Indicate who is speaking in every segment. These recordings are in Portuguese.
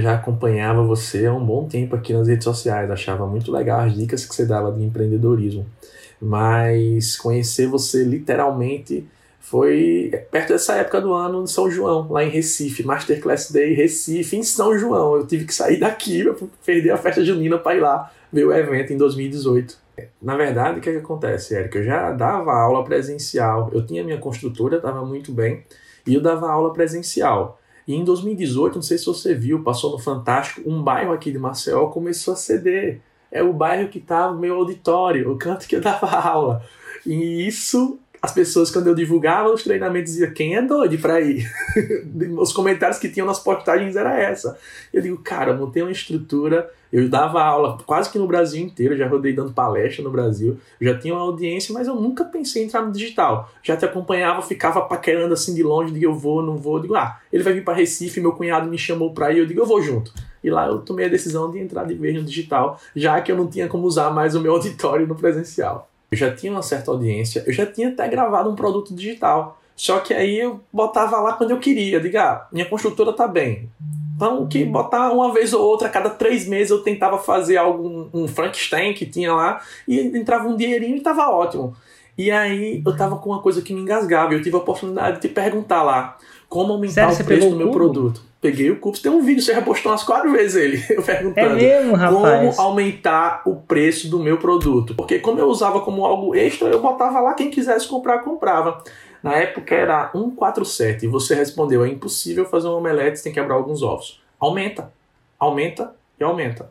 Speaker 1: já acompanhava você há um bom tempo aqui nas redes sociais, achava muito legal as dicas que você dava de empreendedorismo, mas conhecer você literalmente foi perto dessa época do ano em São João, lá em Recife, Masterclass Day Recife, em São João. Eu tive que sair daqui, eu perdi a festa junina para ir lá ver o evento em 2018. Na verdade, o que acontece, Érico? Eu já dava aula presencial, eu tinha minha construtora, estava muito bem, e eu dava aula presencial. E em 2018, não sei se você viu, passou no Fantástico, um bairro aqui de Maceió começou a ceder. É o bairro que estava no meu auditório, o canto que eu dava aula. E isso, as pessoas, quando eu divulgava os treinamentos, diziam, quem é doido pra ir? Os comentários que tinham nas postagens era essa. Eu digo, cara, eu montei uma estrutura, eu dava aula quase que no Brasil inteiro, já rodei dando palestra no Brasil, já tinha uma audiência, mas eu nunca pensei em entrar no digital. Já te acompanhava, ficava paquerando assim de longe, digo, eu vou, não vou. Eu digo, ele vai vir para Recife, meu cunhado me chamou pra ir, eu digo, eu vou junto. E lá eu tomei a decisão de entrar de vez no digital, já que eu não tinha como usar mais o meu auditório no presencial. Eu já tinha uma certa audiência, eu já tinha até gravado um produto digital. Só que aí eu botava lá quando eu queria. Diga, minha construtora tá bem. Então, que botar uma vez ou outra, a cada 3 meses eu tentava fazer um Frankenstein que tinha lá, e entrava um dinheirinho e tava ótimo. E aí eu tava com uma coisa que me engasgava, e eu tive a oportunidade de te perguntar lá, como aumentar o preço do meu produto. Peguei o cubo, tem um vídeo, você já postou umas 4 vezes ele, eu perguntando
Speaker 2: mesmo, rapaz?
Speaker 1: como aumentar o preço do meu produto. Porque como eu usava como algo extra, eu botava lá, quem quisesse comprar, comprava. Na época era 147 e você respondeu, é impossível fazer um omelete sem quebrar alguns ovos. Aumenta, aumenta e aumenta.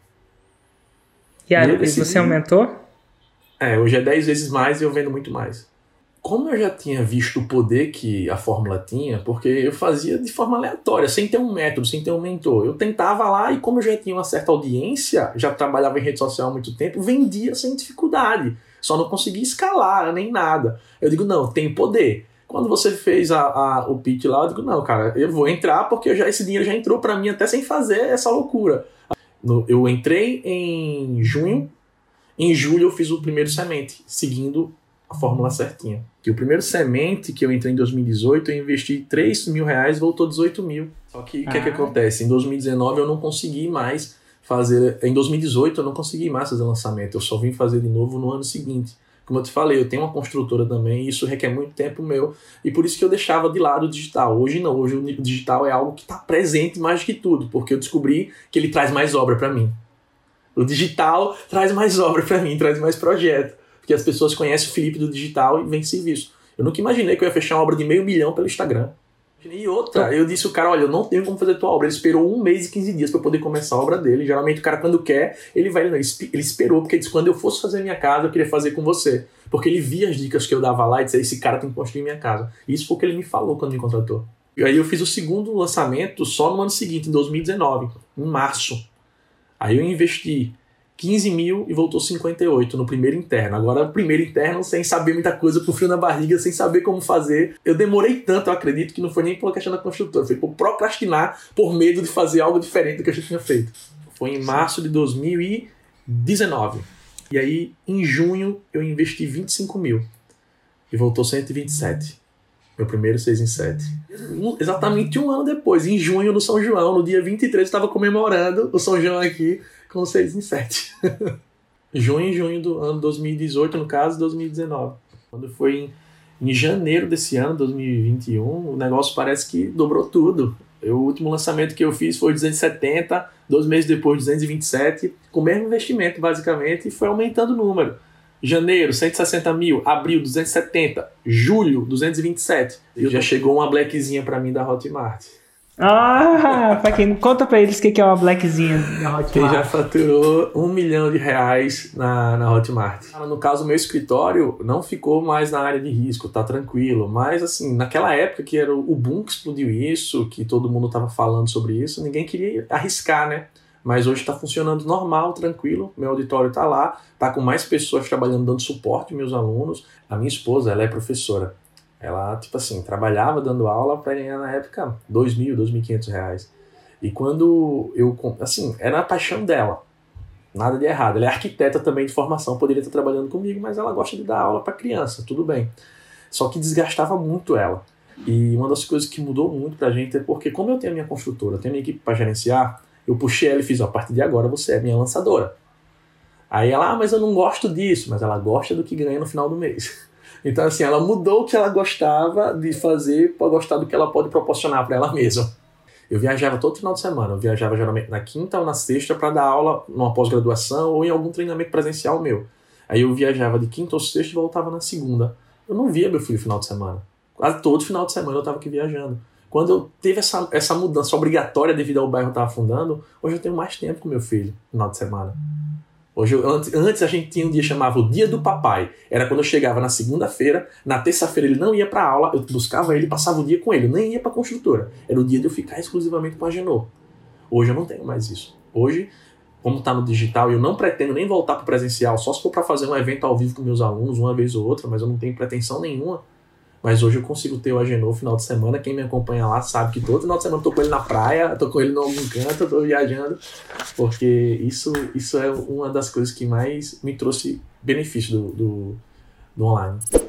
Speaker 2: E aí, você aumentou?
Speaker 1: Hoje é 10 vezes mais e eu vendo muito mais. Como eu já tinha visto o poder que a fórmula tinha, porque eu fazia de forma aleatória, sem ter um método, sem ter um mentor. Eu tentava lá e como eu já tinha uma certa audiência, já trabalhava em rede social há muito tempo, vendia sem dificuldade. Só não conseguia escalar, nem nada. Eu digo, não, tem poder. Quando você fez o pitch lá, eu digo, não, cara, eu vou entrar porque esse dinheiro já entrou para mim até sem fazer essa loucura. Eu entrei em junho, em julho eu fiz o primeiro semente, seguindo a fórmula certinha. Que o primeiro semente que eu entrei em 2018, eu investi R$3.000, voltou 18 mil. Só que o que acontece? Em 2019 eu não consegui mais fazer... Em 2018 eu não consegui mais fazer lançamento. Eu só vim fazer de novo no ano seguinte. Como eu te falei, eu tenho uma construtora também e isso requer muito tempo meu. E por isso que eu deixava de lado o digital. Hoje não. Hoje o digital é algo que está presente mais do que tudo. Porque eu descobri que ele traz mais obra para mim. O digital traz mais obra para mim, traz mais projeto. Porque as pessoas conhecem o Felipe do digital e vem serviço. Eu nunca imaginei que eu ia fechar uma obra de 500 mil pelo Instagram. E outra, eu disse ao cara, olha, eu não tenho como fazer tua obra. Ele esperou 1 mês e 15 dias para poder começar a obra dele. Geralmente o cara quando quer, ele vai... Ele esperou, porque ele disse, quando eu fosse fazer minha casa, eu queria fazer com você. Porque ele via as dicas que eu dava lá e disse, esse cara tem que construir minha casa. E isso foi o que ele me falou quando me contratou. E aí eu fiz o segundo lançamento só no ano seguinte, em 2019, em março. Aí eu investi 15 mil e voltou 58 no primeiro interno. Agora, o primeiro interno, sem saber muita coisa, com frio na barriga, sem saber como fazer. Eu demorei tanto, eu acredito, que não foi nem pela questão da construtora. Foi por procrastinar, por medo de fazer algo diferente do que eu já tinha feito. Foi em março de 2019. E aí, em junho, eu investi 25 mil. E voltou 127. Meu primeiro 6 em 7. Exatamente 1 ano depois, em junho, no São João, no dia 23, eu estava comemorando o São João aqui, com 6 em 7. junho do ano 2018, no caso, 2019. Quando foi em janeiro desse ano, 2021, o negócio parece que dobrou tudo. O último lançamento que eu fiz foi 270, 2 meses depois 227, com o mesmo investimento, basicamente, e foi aumentando o número. Janeiro, 160 mil. Abril, 270. Julho, 227. E já chegou uma blackzinha pra mim da Hotmart.
Speaker 2: Pra quem conta pra eles o que é uma blackzinha da Hotmart.
Speaker 1: Quem já faturou R$1 milhão na Hotmart. No caso, o meu escritório não ficou mais na área de risco, tá tranquilo. Mas, assim, naquela época que era o boom que explodiu isso, que todo mundo tava falando sobre isso, ninguém queria arriscar, né? Mas hoje está funcionando normal, tranquilo. Meu auditório está lá, está com mais pessoas trabalhando, dando suporte aos meus alunos. A minha esposa, ela é professora. Ela, tipo assim, trabalhava dando aula para ganhar na época R$2.000, R$2.500. E quando eu... Assim, era a paixão dela. Nada de errado. Ela é arquiteta também de formação, poderia estar trabalhando comigo, mas ela gosta de dar aula para criança, tudo bem. Só que desgastava muito ela. E uma das coisas que mudou muito pra gente é porque, como eu tenho a minha construtora, eu tenho a minha equipe para gerenciar, eu puxei ela e fiz, a partir de agora você é minha lançadora. Aí ela, mas eu não gosto disso, mas ela gosta do que ganha no final do mês. Então, assim, ela mudou o que ela gostava de fazer para gostar do que ela pode proporcionar para ela mesma. Eu viajava todo final de semana, eu viajava geralmente na quinta ou na sexta para dar aula numa pós-graduação ou em algum treinamento presencial meu. Aí eu viajava de quinta ou sexta e voltava na segunda. Eu não via meu filho no final de semana. Quase todo final de semana eu estava aqui viajando. Quando eu teve essa mudança obrigatória devido ao bairro estar afundando, hoje eu tenho mais tempo com meu filho no final de semana. Hoje, antes a gente tinha um dia que chamava o Dia do Papai. Era quando eu chegava na segunda-feira, na terça-feira ele não ia para aula, eu buscava ele, passava o dia com ele, eu nem ia para a construtora. Era o dia de eu ficar exclusivamente com a Agenor. Hoje eu não tenho mais isso. Hoje, como está no digital, eu não pretendo nem voltar para o presencial, só se for para fazer um evento ao vivo com meus alunos, uma vez ou outra, mas eu não tenho pretensão nenhuma. Mas hoje eu consigo ter o Agenor no final de semana. Quem me acompanha lá sabe que todo final de semana eu tô com ele na praia, tô com ele em algum canto, eu tô viajando. Porque isso é uma das coisas que mais me trouxe benefício do online.